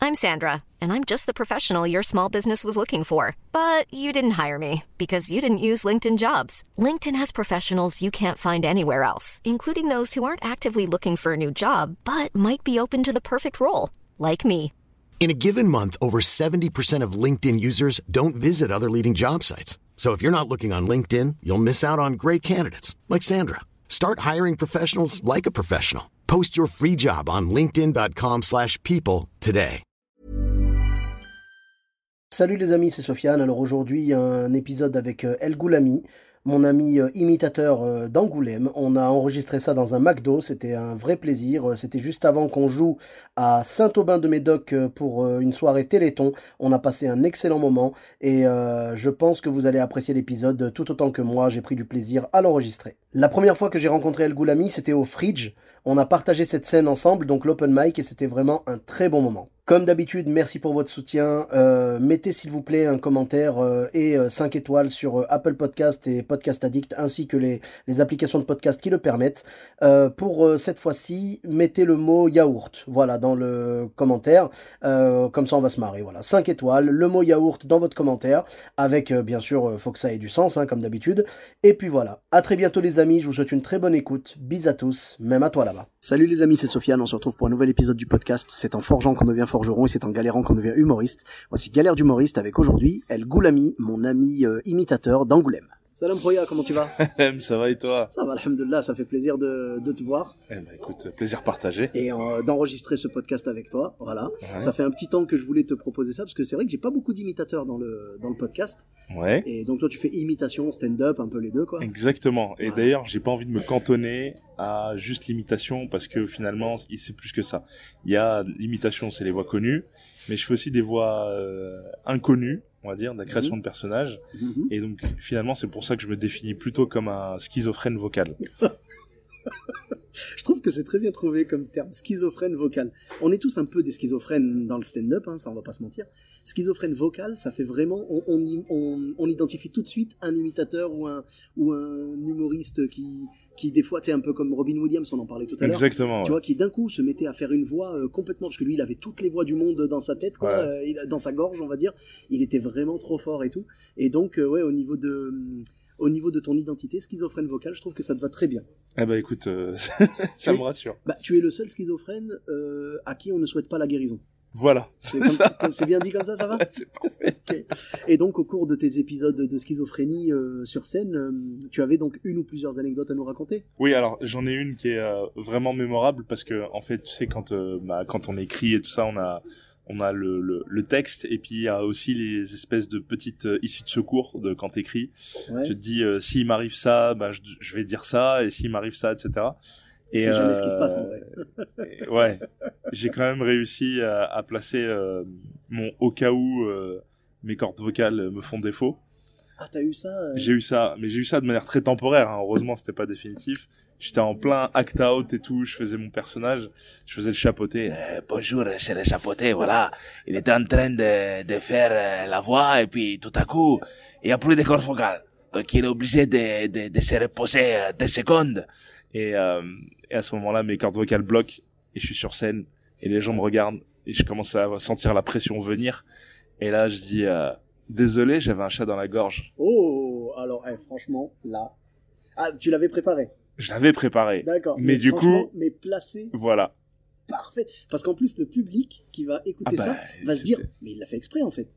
I'm Sandra, and I'm just the professional your small business was looking for. But you didn't hire me because you didn't use LinkedIn Jobs. LinkedIn has professionals you can't find anywhere else, including those who aren't actively looking for a new job, but might be open to the perfect role, like me. In a given month, over 70% of LinkedIn users don't visit other leading job sites. So if you're not looking on LinkedIn, you'll miss out on great candidates like Sandra. Start hiring professionals like a professional. Post your free job on linkedin.com/people today. Salut les amis, c'est Sofiane. Alors aujourd'hui, un épisode avec El Goulami, mon ami imitateur d'Angoulême. On a enregistré ça dans un McDo, c'était un vrai plaisir. C'était juste avant qu'on joue à Saint-Aubin-de-Médoc pour une soirée Téléthon. On a passé un excellent moment et je pense que vous allez apprécier l'épisode tout autant que moi. J'ai pris du plaisir à l'enregistrer. La première fois que j'ai rencontré El Goulami, c'était au Fridge. On a partagé cette scène ensemble, donc l'open mic, et c'était vraiment un très bon moment. Comme d'habitude, merci pour votre soutien. Mettez s'il vous plaît un commentaire et 5 étoiles sur Apple Podcast et Podcast Addict, ainsi que les applications de podcast qui le permettent. Pour cette fois-ci, mettez le mot yaourt, voilà, dans le commentaire. Comme ça, on va se marrer. Voilà, 5 étoiles, le mot yaourt dans votre commentaire, avec bien sûr, faut que ça ait du sens, hein, comme d'habitude. Et puis voilà, à très bientôt les amis, je vous souhaite une très bonne écoute. Bis à tous, même à toi là-bas. Salut les amis, c'est Sofiane, on se retrouve pour un nouvel épisode du podcast. C'est en forgeant qu'on devient forgeron et c'est en galérant qu'on devient humoriste. Voici Galère d'humoriste avec aujourd'hui El Goulami, mon ami imitateur d'Angoulême. Salam Proya, comment tu vas? Ça va et toi? Ça va, alhamdoulilah, ça fait plaisir de te voir. Eh ben écoute, plaisir partagé. Et d'enregistrer ce podcast avec toi, voilà. Ouais. Ça fait un petit temps que je voulais te proposer ça, parce que c'est vrai que j'ai pas beaucoup d'imitateurs dans le podcast. Ouais. Et donc toi tu fais imitation, stand-up, un peu les deux quoi. Exactement. Et Ouais. d'ailleurs, j'ai pas envie de me cantonner à juste l'imitation parce que finalement, c'est plus que ça. Il y a l'imitation, c'est les voix connues, mais je fais aussi des voix inconnues, on va dire, de la création de personnages. Mhm. Et donc finalement, c'est pour ça que je me définis plutôt comme un schizophrène vocal. Je trouve que c'est très bien trouvé comme terme, schizophrène vocal. On est tous un peu des schizophrènes dans le stand-up, hein, ça on va pas se mentir. Schizophrène vocal, ça fait vraiment, on identifie tout de suite un imitateur ou un humoriste qui des fois, tu sais, un peu comme Robin Williams, on en parlait tout à l'heure. Exactement. Tu vois, qui d'un coup se mettait à faire une voix complètement, parce que lui, il avait toutes les voix du monde dans sa tête, quoi, dans sa gorge, on va dire. Il était vraiment trop fort et tout. Et donc, ouais, au niveau de ton identité, schizophrène vocal, je trouve que ça te va très bien. Eh ben écoute, ça me rassure. Bah, tu es le seul schizophrène à qui on ne souhaite pas la guérison. Voilà. C'est bien dit comme ça va? C'est parfait. Okay. Et donc, au cours de tes épisodes de schizophrénie sur scène, tu avais donc une ou plusieurs anecdotes à nous raconter? Oui, alors j'en ai une qui est vraiment mémorable parce que en fait, tu sais, quand on écrit et tout ça, on a le texte et puis il y a aussi les espèces de petites issues de secours de quand t'écris. Ouais. Je te dis s'il m'arrive ça, ben je vais dire ça, et s'il m'arrive ça, etc. Et c'est jamais ce qui se passe en vrai. Ouais, j'ai quand même réussi à placer mon au cas où mes cordes vocales me font défaut. Ah, t'as eu ça J'ai eu ça, mais j'ai eu ça de manière très temporaire, hein. Heureusement, c'était pas définitif. J'étais en plein act out et tout, je faisais mon personnage, je faisais le chapeauté. Bonjour, c'est le chapeauté, voilà. Il était en train de faire la voix et puis tout à coup, il n'y a plus de cordes vocales. Donc il est obligé de se reposer 2 secondes. Et à ce moment-là, mes cordes vocales bloquent et je suis sur scène et les gens me regardent et je commence à sentir la pression venir. Et là, je dis désolé, j'avais un chat dans la gorge. Oh, alors franchement, là... Ah, tu l'avais préparé? Je l'avais préparé. D'accord. Mais du coup... Mais placé... Voilà. Parfait. Parce qu'en plus, le public qui va écouter ça va se dire, mais il l'a fait exprès en fait.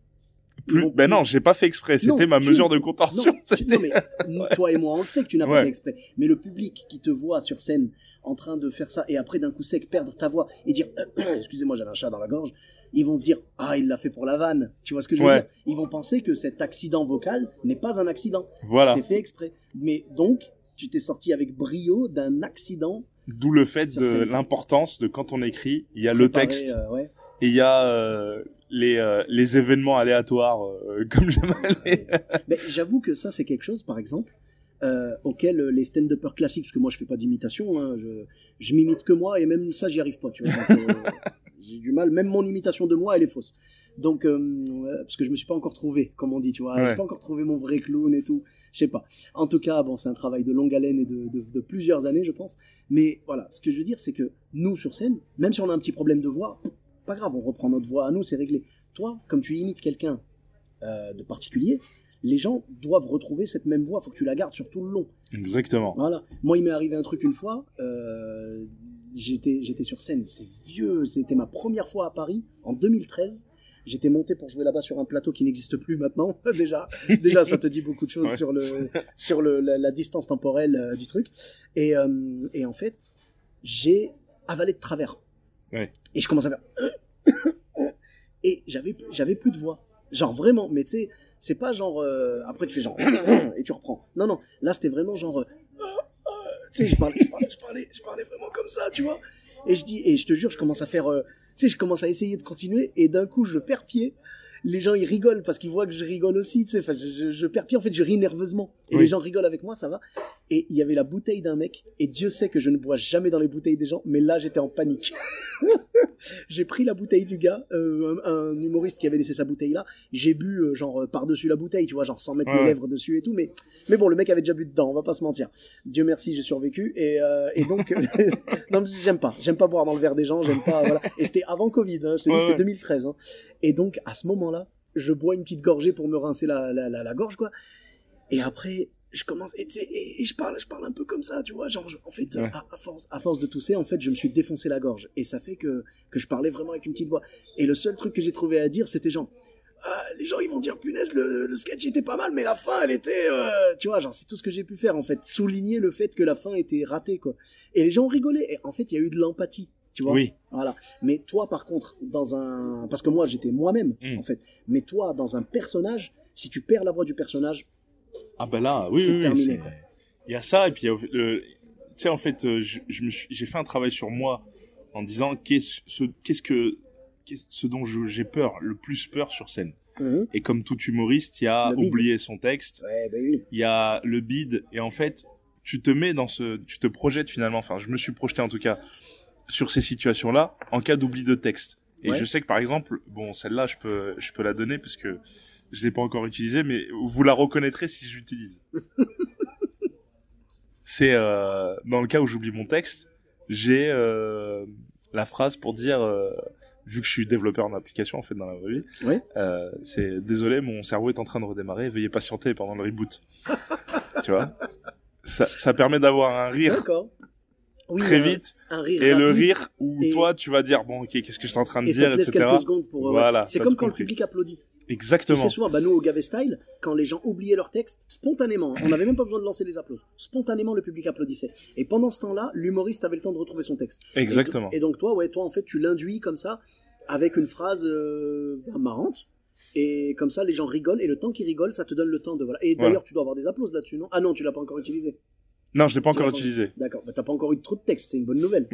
Non, j'ai pas fait exprès. C'était ma mesure de contorsion. Non, mais toi et moi, on le sait que tu n'as pas fait exprès. Mais le public qui te voit sur scène en train de faire ça et après d'un coup sec perdre ta voix et dire excusez-moi, j'avais un chat dans la gorge, ils vont se dire ah, il l'a fait pour la vanne. Tu vois ce que je veux dire? Ils vont penser que cet accident vocal n'est pas un accident. Voilà. C'est fait exprès. Mais donc, tu t'es sorti avec brio d'un accident. D'où le fait de l'importance de quand on écrit, il y a le texte et il y a les événements aléatoires comme j'aime aller. Mais j'avoue que ça c'est quelque chose par exemple auquel les stand-uppers classiques, parce que moi je fais pas d'imitation, hein, je m'imite que moi et même ça j'y arrive pas, tu vois. Donc, j'ai du mal, même mon imitation de moi elle est fausse. Donc parce que je me suis pas encore trouvé, comme on dit, tu vois, j'ai pas encore trouvé mon vrai clown et tout, je sais pas. En tout cas, bon, c'est un travail de longue haleine et de plusieurs années, je pense. Mais voilà, ce que je veux dire, c'est que nous sur scène, même si on a un petit problème de voix, pas grave, on reprend notre voix à nous, c'est réglé. Toi, comme tu imites quelqu'un de particulier, les gens doivent retrouver cette même voix, faut que tu la gardes sur tout le long. Exactement. Voilà. Moi, il m'est arrivé un truc une fois, j'étais sur scène, c'est vieux, c'était ma première fois à Paris, en 2013. J'étais monté pour jouer là-bas sur un plateau qui n'existe plus maintenant. Déjà, ça te dit beaucoup de choses sur la distance temporelle du truc. Et en fait, j'ai avalé de travers. Ouais. Et je commence à faire... Et j'avais plus de voix. Genre vraiment, mais tu sais, c'est pas genre... après tu fais genre... et tu reprends. Non, là c'était vraiment genre... tu sais, je parlais vraiment comme ça, tu vois. Et je te jure, je commence à faire... tu sais, je commence à essayer de continuer, et d'un coup, je perds pied. Les gens, ils rigolent parce qu'ils voient que je rigole aussi, tu sais. Enfin, je perds pied, en fait, je ris nerveusement. Et les gens rigolent avec moi, ça va. Et il y avait la bouteille d'un mec, et Dieu sait que je ne bois jamais dans les bouteilles des gens, mais là, j'étais en panique. J'ai pris la bouteille du gars, un humoriste qui avait laissé sa bouteille là. J'ai bu, genre, par-dessus la bouteille, tu vois, genre sans mettre mes lèvres dessus et tout. Mais bon, le mec avait déjà bu dedans, on va pas se mentir. Dieu merci, j'ai survécu. Et donc, non, j'aime pas boire dans le verre des gens, j'aime pas, voilà. Et c'était avant Covid, hein, je te dis, c'était 2013. Hein. Et donc, à ce moment-là, je bois une petite gorgée pour me rincer la gorge, quoi. Et après, je commence, et je parle un peu comme ça, tu vois, genre, en fait, à force de tousser, en fait, je me suis défoncé la gorge. Et ça fait que je parlais vraiment avec une petite voix. Et le seul truc que j'ai trouvé à dire, c'était genre, les gens, ils vont dire, punaise, le sketch était pas mal, mais la fin, elle était, tu vois, genre, c'est tout ce que j'ai pu faire, en fait. Souligner le fait que la fin était ratée, quoi. Et les gens ont rigolé. Et en fait, il y a eu de l'empathie. Tu vois, oui. Voilà. Mais toi, par contre, parce que moi, j'étais moi-même, en fait. Mais toi, dans un personnage, si tu perds la voix du personnage, ah ben là, oui, terminé, il y a ça, et puis tu sais, en fait, j'ai fait un travail sur moi en disant qu'est-ce dont j'ai le plus peur sur scène. Et comme tout humoriste, il y a oublié son texte, il y a le bide, et en fait, tu te projettes finalement, enfin, je me suis projeté en tout cas sur ces situations-là en cas d'oubli de texte. Et je sais que par exemple, bon, celle-là, je peux la donner parce que je l'ai pas encore utilisée, mais vous la reconnaîtrez si je l'utilise. C'est dans le cas où j'oublie mon texte, j'ai la phrase pour dire, vu que je suis développeur d'application en fait dans la vraie vie, c'est désolé, mon cerveau est en train de redémarrer, veuillez patienter pendant le reboot. Tu vois, ça permet d'avoir un rire. D'accord. Oui, très vite, un rire et rapide, le rire où toi tu vas dire bon ok, qu'est-ce que je suis en train de et dire, ça te laisse etc. quelques secondes pour voilà, c'est comme quand le public applaudit. Exactement. Tu sais souvent, nous au Gavé Style, quand les gens oubliaient leur texte, spontanément, on n'avait même pas besoin de lancer les applaudissements, spontanément le public applaudissait. Et pendant ce temps-là, l'humoriste avait le temps de retrouver son texte. Exactement. Et donc toi en fait tu l'induis comme ça avec une phrase marrante. Et comme ça, les gens rigolent, et le temps qu'ils rigolent, ça te donne le temps de... Voilà. Et d'ailleurs, tu dois avoir des applaudissements là-dessus, non? Ah non, tu l'as pas encore utilisé. Non, je l'ai pas encore utilisé. D'accord, bah, t'as pas encore eu trop de texte, c'est une bonne nouvelle.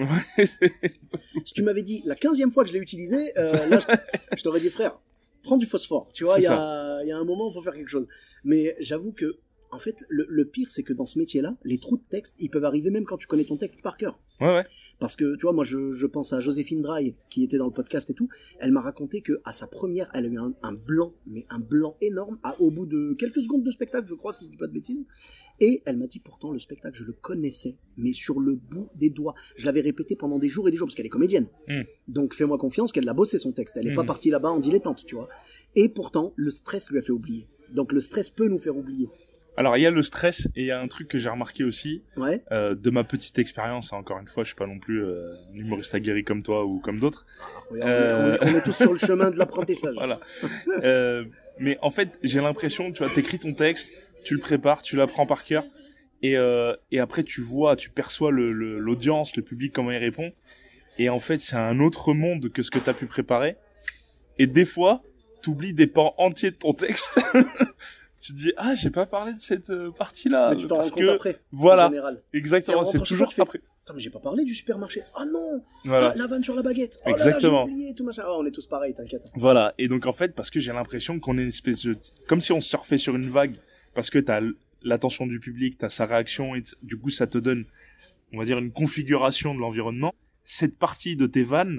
Si tu m'avais dit la 15e fois que je l'ai utilisé, là, je t'aurais dit, frère, prends du phosphore. Tu vois, il y a un moment, il faut faire quelque chose. Mais j'avoue que, en fait, le pire, c'est que dans ce métier-là, les trous de texte, ils peuvent arriver même quand tu connais ton texte par cœur. Ouais. Parce que, tu vois, moi, je pense à Joséphine Draille, qui était dans le podcast et tout. Elle m'a raconté que à sa première, elle a eu un blanc, mais un blanc énorme, au bout de quelques secondes de spectacle, je crois, si je dis pas de bêtises. Et elle m'a dit, pourtant, le spectacle, je le connaissais, mais sur le bout des doigts. Je l'avais répété pendant des jours et des jours, parce qu'elle est comédienne. Donc, fais-moi confiance qu'elle l'a bossé, son texte. Elle est pas partie là-bas en dilettante, tu vois. Et pourtant, le stress lui a fait oublier. Donc, le stress peut nous faire oublier. Alors il y a le stress, et il y a un truc que j'ai remarqué aussi de ma petite expérience, hein, encore une fois je suis pas non plus un humoriste aguerri comme toi ou comme d'autres. On est tous sur le chemin de l'apprentissage. Voilà. Mais en fait j'ai l'impression, tu vois, t'écris ton texte, tu le prépares, tu l'apprends par cœur, et après tu perçois l'audience, le public, comment il répond, et en fait c'est un autre monde que ce que t'as pu préparer, et des fois t'oublies des pans entiers de ton texte. Tu te dis, j'ai pas parlé de cette partie-là. Mais tu t'en rends compte après. Voilà. En général. Exactement. C'est toujours après. Attends, mais j'ai pas parlé du supermarché. Ah non! Voilà. La vanne sur la baguette. Oh exactement. Là, j'ai oublié tout machin. On est tous pareils, t'inquiète. Voilà. Et donc, en fait, parce que j'ai l'impression qu'on est une espèce de, comme si on surfait sur une vague, parce que t'as l'attention du public, t'as sa réaction, et du coup, ça te donne, on va dire, une configuration de l'environnement. Cette partie de tes vannes,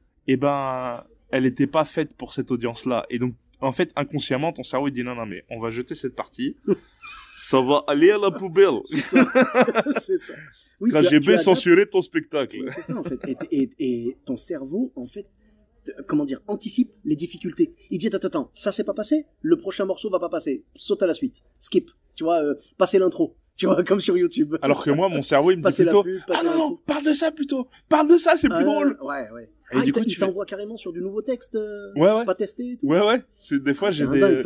elle était pas faite pour cette audience-là. Et donc, en fait, inconsciemment, ton cerveau, il dit non, mais on va jeter cette partie. Ça va aller à la poubelle. C'est ça. C'est ça. Oui, KGB censurer ton spectacle. C'est ça, en fait. Et ton cerveau, en fait, anticipe les difficultés. Il dit attends, ça c'est pas passé, le prochain morceau va pas passer, saute à la suite, skip, tu vois, passer l'intro. Tu vois, comme sur YouTube. Alors que moi, mon cerveau, il me dit plutôt, non, parle de ça plutôt. Parle de ça, c'est plus drôle. Ouais. Et du coup, tu t'envoies carrément sur du nouveau texte. Ouais. Pas testé et tout. Ouais. Des fois, j'ai des,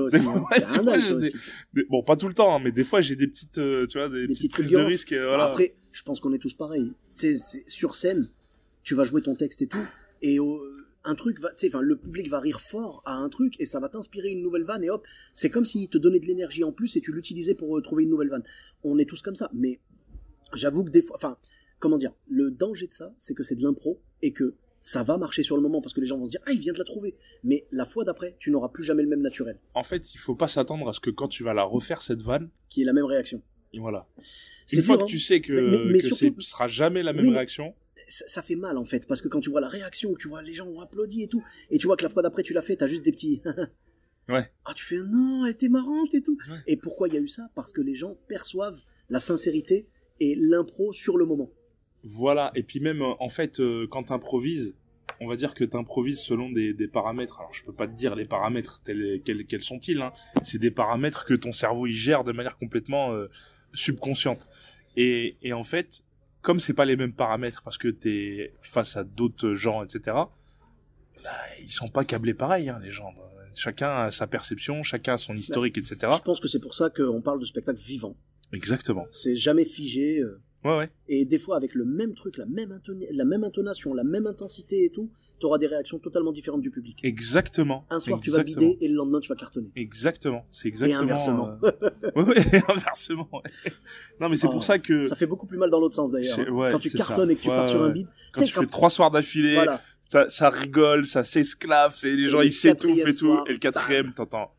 bon, pas tout le temps, hein, mais des fois, j'ai des petites, tu vois, des petites prises de risque, voilà. Après, je pense qu'on est tous pareils. Tu sais, sur scène, tu vas jouer ton texte et tout, et un truc le public va rire fort à un truc et ça va t'inspirer une nouvelle vanne et hop, c'est comme s'il te donnait de l'énergie en plus et tu l'utilisais pour trouver une nouvelle vanne. On est tous comme ça, mais j'avoue que des fois, le danger de ça, c'est que c'est de l'impro et que ça va marcher sur le moment parce que les gens vont se dire il vient de la trouver, mais la fois d'après, tu n'auras plus jamais le même naturel. En fait, il faut pas s'attendre à ce que quand tu vas la refaire cette vanne, qui est la même réaction. Et voilà. Une fois que tu sais que surtout, ce sera jamais la même réaction. Ça fait mal en fait, parce que quand tu vois la réaction, tu vois les gens ont applaudi et tout, et tu vois que la fois d'après tu l'as fait, t'as juste des petits ouais. Ah, tu fais non, elle était marrante et tout. Ouais. Et pourquoi il y a eu ça? Parce que les gens perçoivent la sincérité et l'impro sur le moment. Voilà, et puis même en fait quand t'improvises, on va dire que t'improvises selon des paramètres. Alors je peux pas te dire les paramètres quels sont-ils, hein. C'est des paramètres que ton cerveau il gère de manière complètement subconsciente. Et en fait, comme c'est pas les mêmes paramètres parce que t'es face à d'autres gens, etc., ils sont pas câblés pareil, hein, les gens. Chacun a sa perception, chacun a son historique, etc. Je pense que c'est pour ça qu'on parle de spectacle vivant. Exactement. C'est jamais figé. Ouais. Et des fois, avec le même truc, la même intonation, la même intensité et tout, t'auras des réactions totalement différentes du public. Exactement. Un soir, tu vas bider et le lendemain, tu vas cartonner. Exactement. C'est exactement. Et inversement. Ouais, inversement. Ouais. Non, mais c'est pour ça que. Ça fait beaucoup plus mal dans l'autre sens d'ailleurs. Ouais, quand tu cartonnes et que tu pars sur un bide. Quand tu fais 3 soirs d'affilée, voilà. ça rigole, ça s'esclave, les gens ils s'étouffent et tout. Et le 4e, t'entends.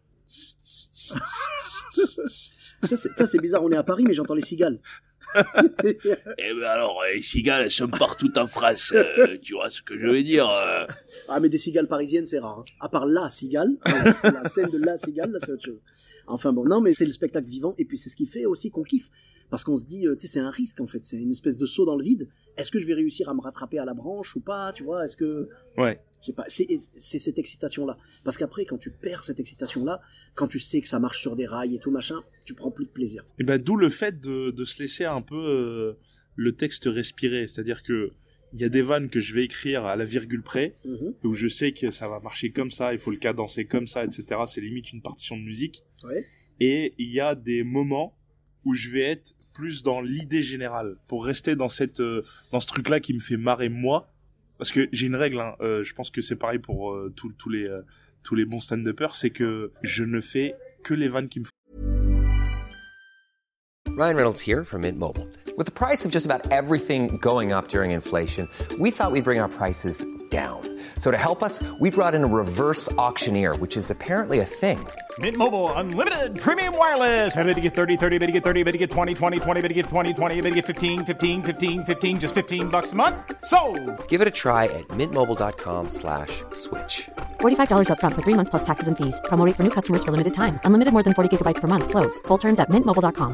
Ça, c'est bizarre, on est à Paris, mais j'entends les cigales. Eh ben alors, les cigales, elles sont partout en France, tu vois ce que je veux dire. Ah, mais des cigales parisiennes, c'est rare. Hein. À part la cigale, la scène de la cigale, là, c'est autre chose. Enfin bon, non, mais c'est le spectacle vivant, et puis c'est ce qui fait aussi qu'on kiffe. Parce qu'on se dit, tu sais, c'est un risque, en fait. C'est une espèce de saut dans le vide. Est-ce que je vais réussir à me rattraper à la branche ou pas, tu vois? Est-ce que... Ouais. Je sais pas, c'est cette excitation-là. Parce qu'après, quand tu perds cette excitation-là, quand tu sais que ça marche sur des rails et tout machin, tu prends plus de plaisir. Et ben, d'où le fait de se laisser un peu le texte respirer. C'est-à-dire que il y a des vannes que je vais écrire à la virgule près, où je sais que ça va marcher comme ça, il faut le cadencer comme ça, etc. C'est limite une partition de musique. Ouais. Et il y a des moments où je vais être plus dans l'idée générale, pour rester dans ce truc-là qui me fait marrer moi. Parce que j'ai une règle, hein, je pense que c'est pareil pour tous les bons stand-uppers, c'est que je ne fais que les vannes qui me font. Ryan Reynolds here from Mint Mobile. With the price of just about everything going up during inflation, we thought we'd bring our prices down. So to help us, we brought in a reverse auctioneer, which is apparently a thing. Mint Mobile Unlimited Premium Wireless. How to get 30, 30, how to get 30, how to get 20, 20, 20, how to get 20, 20, how to get 15, 15, 15, 15, just $15 a month? Sold! Give it a try at mintmobile.com/switch. $45 up front for 3 months plus taxes and fees. Promo rate for new customers for limited time. Unlimited more than 40 gigabytes per month. Slows full terms at mintmobile.com.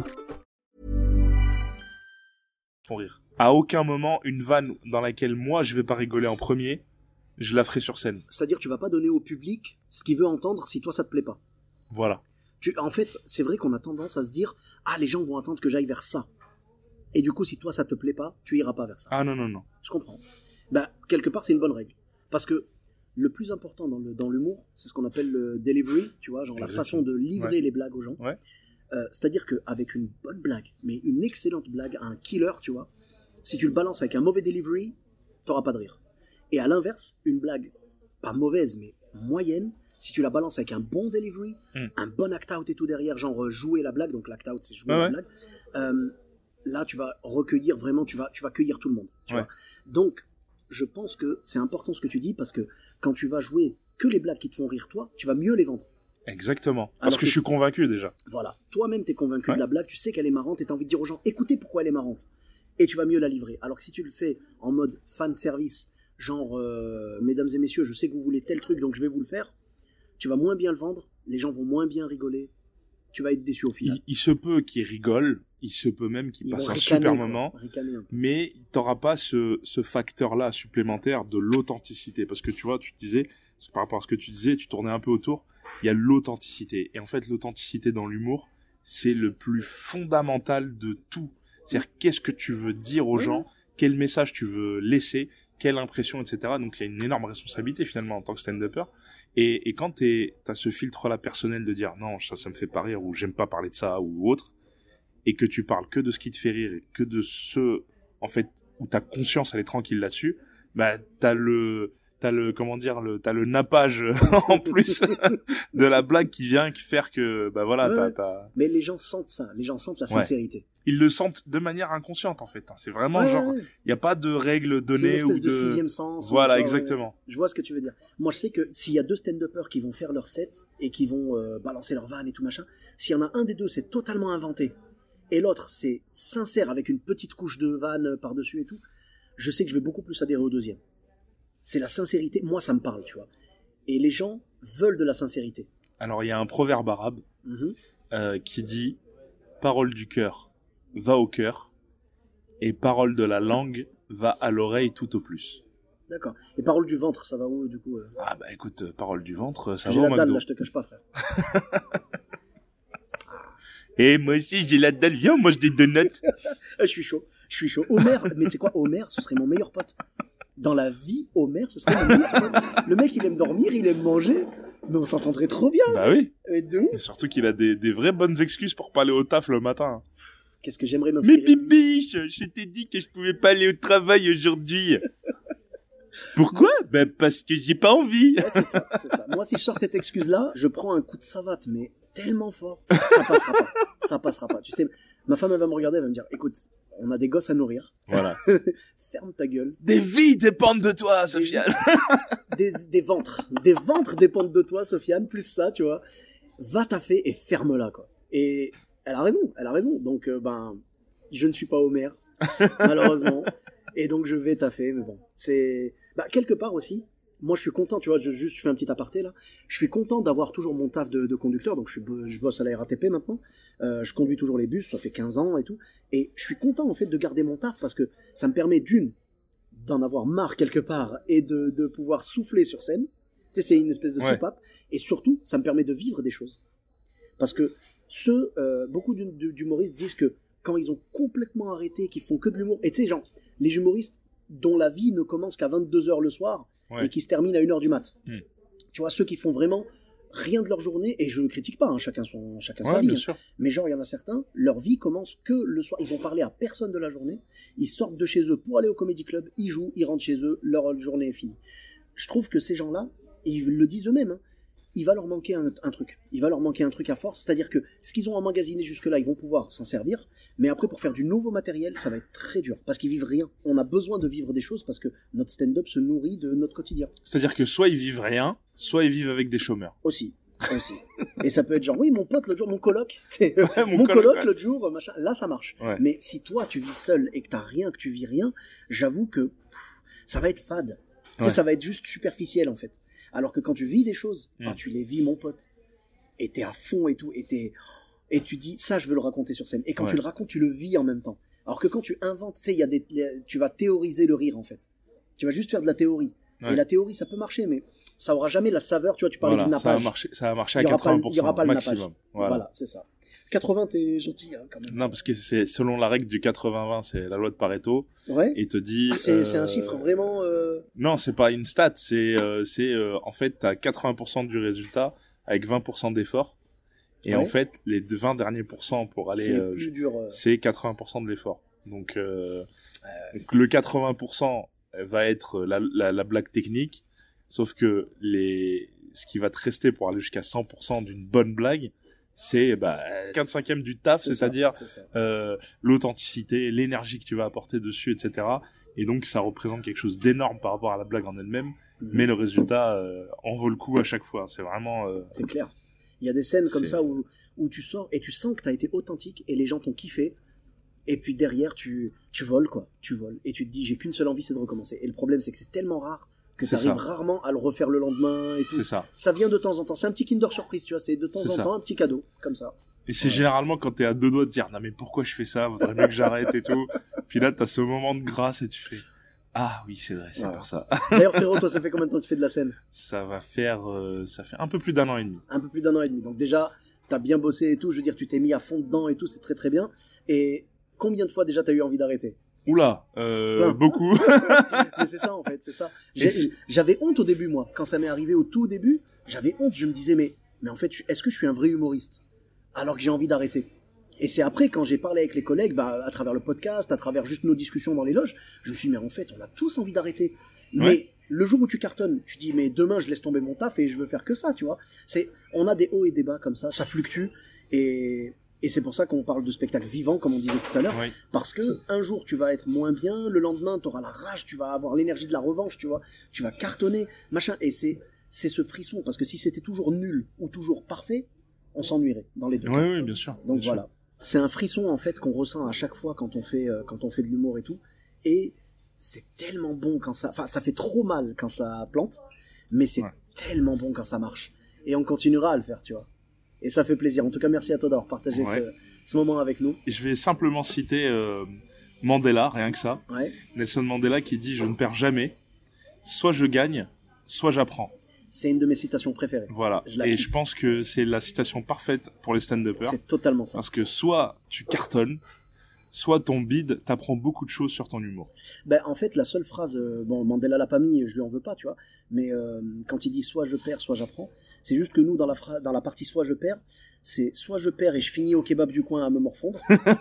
Font rire. À aucun moment, une vanne dans laquelle moi je vais pas rigoler en premier, je la ferai sur scène. C'est-à-dire, tu vas pas donner au public ce qu'il veut entendre si toi ça te plaît pas. Voilà. En fait, c'est vrai qu'on a tendance à se dire, les gens vont attendre que j'aille vers ça. Et du coup, si toi ça te plaît pas, tu iras pas vers ça. Ah non. Je comprends. Quelque part, c'est une bonne règle. Parce que le plus important dans l'humour, c'est ce qu'on appelle le delivery, tu vois, genre la façon de livrer les blagues aux gens. Ouais. C'est-à-dire qu'avec une bonne blague, mais une excellente blague, un killer, tu vois, si tu le balances avec un mauvais delivery, t'auras pas de rire. Et à l'inverse, une blague, pas mauvaise, mais moyenne, si tu la balances avec un bon delivery, un bon act-out et tout derrière, genre jouer la blague, donc l'act-out c'est jouer la blague, là tu vas recueillir vraiment, tu vas cueillir tout le monde. Tu vois. Donc, je pense que c'est important ce que tu dis, parce que quand tu vas jouer que les blagues qui te font rire toi, tu vas mieux les vendre. Exactement. Parce que je suis convaincu déjà. Voilà. Toi-même, t'es convaincu de la blague, tu sais qu'elle est marrante et t'as envie de dire aux gens, écoutez pourquoi elle est marrante. Et tu vas mieux la livrer. Alors que si tu le fais en mode fan service, genre, mesdames et messieurs, je sais que vous voulez tel truc, donc je vais vous le faire, tu vas moins bien le vendre, les gens vont moins bien rigoler, tu vas être déçu au final. Il se peut qu'ils rigolent, il se peut même qu'ils passent un super moment, mais t'auras pas ce facteur-là supplémentaire de l'authenticité. Parce que tu vois, tu te disais, par rapport à ce que tu disais, tu tournais un peu autour, il y a l'authenticité. Et en fait, l'authenticité dans l'humour, c'est le plus fondamental de tout. C'est-à-dire, qu'est-ce que tu veux dire aux gens, quel message tu veux laisser, quelle impression, etc. Donc, il y a une énorme responsabilité, finalement, en tant que stand-upper. Et quand t'as ce filtre-là personnel de dire, non, ça me fait pas rire, ou j'aime pas parler de ça, ou autre, et que tu parles que de ce qui te fait rire, et que de ce, en fait, où ta conscience, elle est tranquille là-dessus, bah, t'as le nappage en plus de la blague qui vient faire que, bah voilà, t'as... Mais les gens sentent ça, les gens sentent la sincérité. Ils le sentent de manière inconsciente, en fait. C'est vraiment il y a pas de règles données ou de... C'est une espèce de sixième sens. Voilà, exactement. Je vois ce que tu veux dire. Moi, je sais que s'il y a 2 stand-uppers qui vont faire leur set et qui vont balancer leur vanne et tout machin, s'il y en a un des deux, c'est totalement inventé, et l'autre, c'est sincère avec une petite couche de vanne par-dessus et tout, je sais que je vais beaucoup plus adhérer au deuxième. C'est la sincérité. Moi, ça me parle, tu vois. Et les gens veulent de la sincérité. Alors, il y a un proverbe arabe qui dit « Parole du cœur va au cœur et parole de la langue va à l'oreille tout au plus. » D'accord. Et parole du ventre, ça va où, du coup Ah bah écoute, parole du ventre, ça j'ai va au la McDo. dalle, là, je te cache pas, frère. Et moi aussi, j'ai la dalle. Viens, on mange des donuts. Je suis chaud. Homer, mais tu sais quoi, Homer, ce serait mon meilleur pote. Dans la vie, Homer, ce serait mon meilleur pote. Le mec, il aime dormir, il aime manger, mais on s'entendrait trop bien. Bah oui. Et de ouf. Et surtout qu'il a des vraies bonnes excuses pour pas aller au taf le matin. Qu'est-ce que j'aimerais m'inspirer. Mais bibiche, je t'ai dit que je pouvais pas aller au travail aujourd'hui. Pourquoi? Ben parce que j'ai pas envie. Ouais, c'est ça. Moi, si je sors cette excuse-là, je prends un coup de savate, mais tellement fort, ça passera pas. Tu sais, ma femme, elle va me regarder, elle va me dire, écoute, on a des gosses à nourrir. Voilà. Ferme ta gueule. Des vies dépendent de toi, Sofiane. Des ventres dépendent de toi, Sofiane, plus ça, tu vois. Va taffer et ferme-la, quoi. Et elle a raison. Donc, je ne suis pas Homer, malheureusement. Et donc, je vais taffer, mais bon. C'est, quelque part aussi, moi, je suis content, tu vois, je fais un petit aparté, là. Je suis content d'avoir toujours mon taf de conducteur, donc je bosse à la RATP maintenant. Je conduis toujours les bus, ça fait 15 ans et tout. Et je suis content, en fait, de garder mon taf parce que ça me permet d'en avoir marre quelque part et de pouvoir souffler sur scène. Tu sais, c'est une espèce de soupape. Et surtout, ça me permet de vivre des choses. Parce que beaucoup d'humoristes disent que quand ils ont complètement arrêté, qu'ils font que de l'humour, et tu sais, genre, les humoristes dont la vie ne commence qu'à 22h le soir et qui se termine à 1h du mat. Tu vois, ceux qui font vraiment rien de leur journée, et je ne critique pas, hein, chacun sa vie, hein. Mais genre, il y en a certains, leur vie commence que le soir. Ils ont parlé à personne de la journée, ils sortent de chez eux pour aller au Comedy Club, ils jouent, ils rentrent chez eux, leur journée est finie. Je trouve que ces gens-là, ils le disent eux-mêmes, hein, il va leur manquer un truc. Il va leur manquer un truc à force, c'est-à-dire que ce qu'ils ont emmagasiné jusque-là, ils vont pouvoir s'en servir, mais après, pour faire du nouveau matériel, ça va être très dur, parce qu'ils vivent rien. On a besoin de vivre des choses, parce que notre stand-up se nourrit de notre quotidien. C'est-à-dire que soit ils vivent rien, soit ils vivent avec des chômeurs. Aussi. Et ça peut être genre, oui, mon pote l'autre jour, mon coloc, mon coloc l'autre jour, machin, là ça marche. Ouais. Mais si toi tu vis seul et que t'as rien, que tu vis rien, j'avoue que ça va être fade. Tu sais, ça va être juste superficiel en fait. Alors que quand tu vis des choses, tu les vis, mon pote. Et t'es à fond et tout, et tu dis, ça je veux le raconter sur scène. Et quand tu le racontes, tu le vis en même temps. Alors que quand tu inventes, tu sais, tu vas théoriser le rire en fait. Tu vas juste faire de la théorie. Et la théorie, ça peut marcher, mais ça aura jamais la saveur. Tu vois, tu parlais du nappage. Ça va marcher à 80%. Il n'y aura pas le maximum. Voilà, c'est ça. 80, t'es gentil, hein, quand même. Non, parce que c'est selon la règle du 80-20, c'est la loi de Pareto. Ouais. Et te dit. Ah, c'est un chiffre vraiment. Non, c'est pas une stat. C'est en fait, t'as 80% du résultat avec 20% d'effort. Et en fait, les 20 derniers pourcents pour aller. C'est plus dur. C'est 80% de l'effort. Donc le 80% va être la blague technique, sauf que ce qui va te rester pour aller jusqu'à 100% d'une bonne blague, c'est 4/5 du taf, c'est-à-dire l'authenticité, l'énergie que tu vas apporter dessus, etc. Et donc ça représente quelque chose d'énorme par rapport à la blague en elle-même, mais le résultat en vaut le coup à chaque fois. C'est vraiment... C'est clair. Il y a des scènes comme ça où tu sors et tu sens que t'as été authentique et les gens t'ont kiffé. Et puis derrière, tu voles, quoi. Tu voles. Et tu te dis, j'ai qu'une seule envie, c'est de recommencer. Et le problème, c'est que c'est tellement rare que tu arrives rarement à le refaire le lendemain et tout. C'est ça. Ça vient de temps en temps. C'est un petit Kinder Surprise, tu vois. C'est de temps en temps un petit cadeau, comme ça. Et c'est généralement quand t'es à deux doigts de dire, non mais pourquoi je fais ça, vaudrait mieux que j'arrête et tout. Puis là, t'as ce moment de grâce et tu fais, ah oui, c'est vrai, c'est pour ça. D'ailleurs, frérot, toi, ça fait combien de temps que tu fais de la scène? Ça fait un peu plus d'1 an et demi. Un peu plus d'1 an et demi. Donc déjà, t'as bien bossé et tout, je veux dire, tu t'es mis à fond dedans et tout, c'est très très bien. Et combien de fois déjà t'as eu envie d'arrêter? Oula, beaucoup. Mais c'est ça en fait, c'est ça. J'avais honte au début, moi. Quand ça m'est arrivé au tout début, j'avais honte. Je me disais, mais en fait, est-ce que je suis un vrai humoriste? Alors que j'ai envie d'arrêter. Et c'est après, quand j'ai parlé avec les collègues, à travers le podcast, à travers juste nos discussions dans les loges, je me suis dit, mais en fait, on a tous envie d'arrêter. Mais le jour où tu cartonnes, tu dis, mais demain, je laisse tomber mon taf et je veux faire que ça, tu vois. On a des hauts et des bas comme ça fluctue. Et c'est pour ça qu'on parle de spectacle vivant, comme on disait tout à l'heure. Oui. Parce que un jour, tu vas être moins bien, le lendemain, tu auras la rage, tu vas avoir l'énergie de la revanche, tu vois. Tu vas cartonner, machin. Et c'est ce frisson. Parce que si c'était toujours nul ou toujours parfait, on s'ennuierait dans les deux cas. Oui, bien sûr. Donc bien voilà. sûr. C'est un frisson, en fait, qu'on ressent à chaque fois quand on fait de l'humour et tout. Et c'est tellement bon quand ça fait trop mal quand ça plante, mais c'est tellement bon quand ça marche. Et on continuera à le faire, tu vois. Et ça fait plaisir. En tout cas, merci à toi d'avoir partagé ce moment avec nous. Je vais simplement citer Mandela, rien que ça. Ouais. Nelson Mandela qui dit « Je ne perds jamais. Soit je gagne, soit j'apprends. » C'est une de mes citations préférées. Voilà. Je pense que c'est la citation parfaite pour les stand-uppers. C'est totalement ça. Parce que soit tu cartonnes, soit ton bide t'apprend beaucoup de choses sur ton humour. En fait, la seule phrase, Mandela l'a pas mis, je lui en veux pas, tu vois, mais quand il dit soit je perds, soit j'apprends, c'est juste que nous, dans la partie soit je perds, c'est soit je perds et je finis au kebab du coin à me morfondre.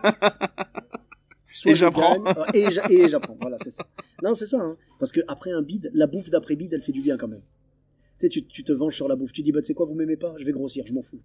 Soit et j'apprends. Et j'apprends, voilà, c'est ça. Non, c'est ça, hein, parce que après un bide, la bouffe d'après bide, elle fait du bien quand même. Tu sais, tu te venges sur la bouffe, tu dis, tu sais quoi, vous m'aimez pas, je vais grossir, je m'en fous.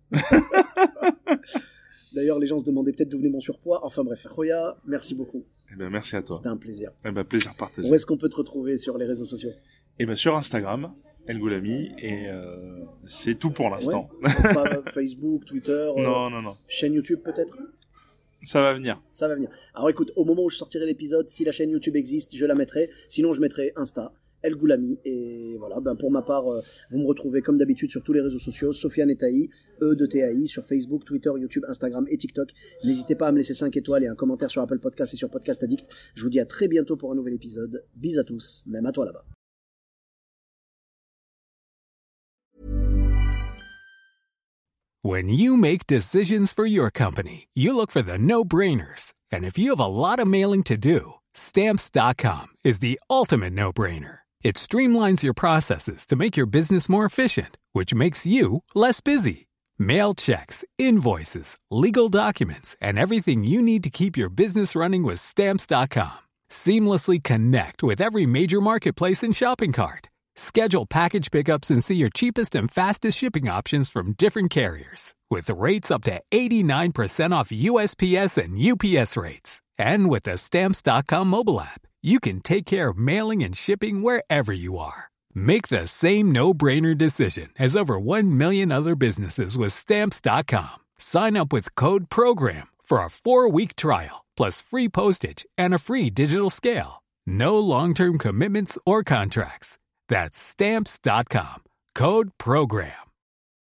D'ailleurs, les gens se demandaient peut-être d'où venait mon surpoids. Enfin bref, Roya, merci beaucoup. Merci à toi. C'était un plaisir. Plaisir partagé. Où est-ce qu'on peut te retrouver sur les réseaux sociaux? Sur Instagram, El Goulami, et c'est tout pour l'instant. Pas Facebook, Twitter. Non. Chaîne YouTube peut-être? Ça va venir. Alors écoute, au moment où je sortirai l'épisode, si la chaîne YouTube existe, je la mettrai. Sinon, je mettrai Insta. El Goulami, et voilà, pour ma part, vous me retrouvez comme d'habitude sur tous les réseaux sociaux, Sofiane et Taï, de TAI, sur Facebook, Twitter, YouTube, Instagram et TikTok. N'hésitez pas à me laisser 5 étoiles et un commentaire sur Apple Podcast et sur Podcast Addict. Je vous dis à très bientôt pour un nouvel épisode. Bis à tous, même à toi là-bas. When you make decisions for your company, you look for the no-brainers. And if you have a lot of mailing to do, Stamps.com is the ultimate no-brainer. It streamlines your processes to make your business more efficient, which makes you less busy. Mail checks, invoices, legal documents, and everything you need to keep your business running with Stamps.com. Seamlessly connect with every major marketplace and shopping cart. Schedule package pickups and see your cheapest and fastest shipping options from different carriers. With rates up to 89% off USPS and UPS rates. And with the Stamps.com mobile app, you can take care of mailing and shipping wherever you are. Make the same no-brainer decision as over 1 million other businesses with Stamps.com. Sign up with code PROGRAM for a 4-week trial, plus free postage and a free digital scale. No long-term commitments or contracts. That's Stamps.com. Code PROGRAM.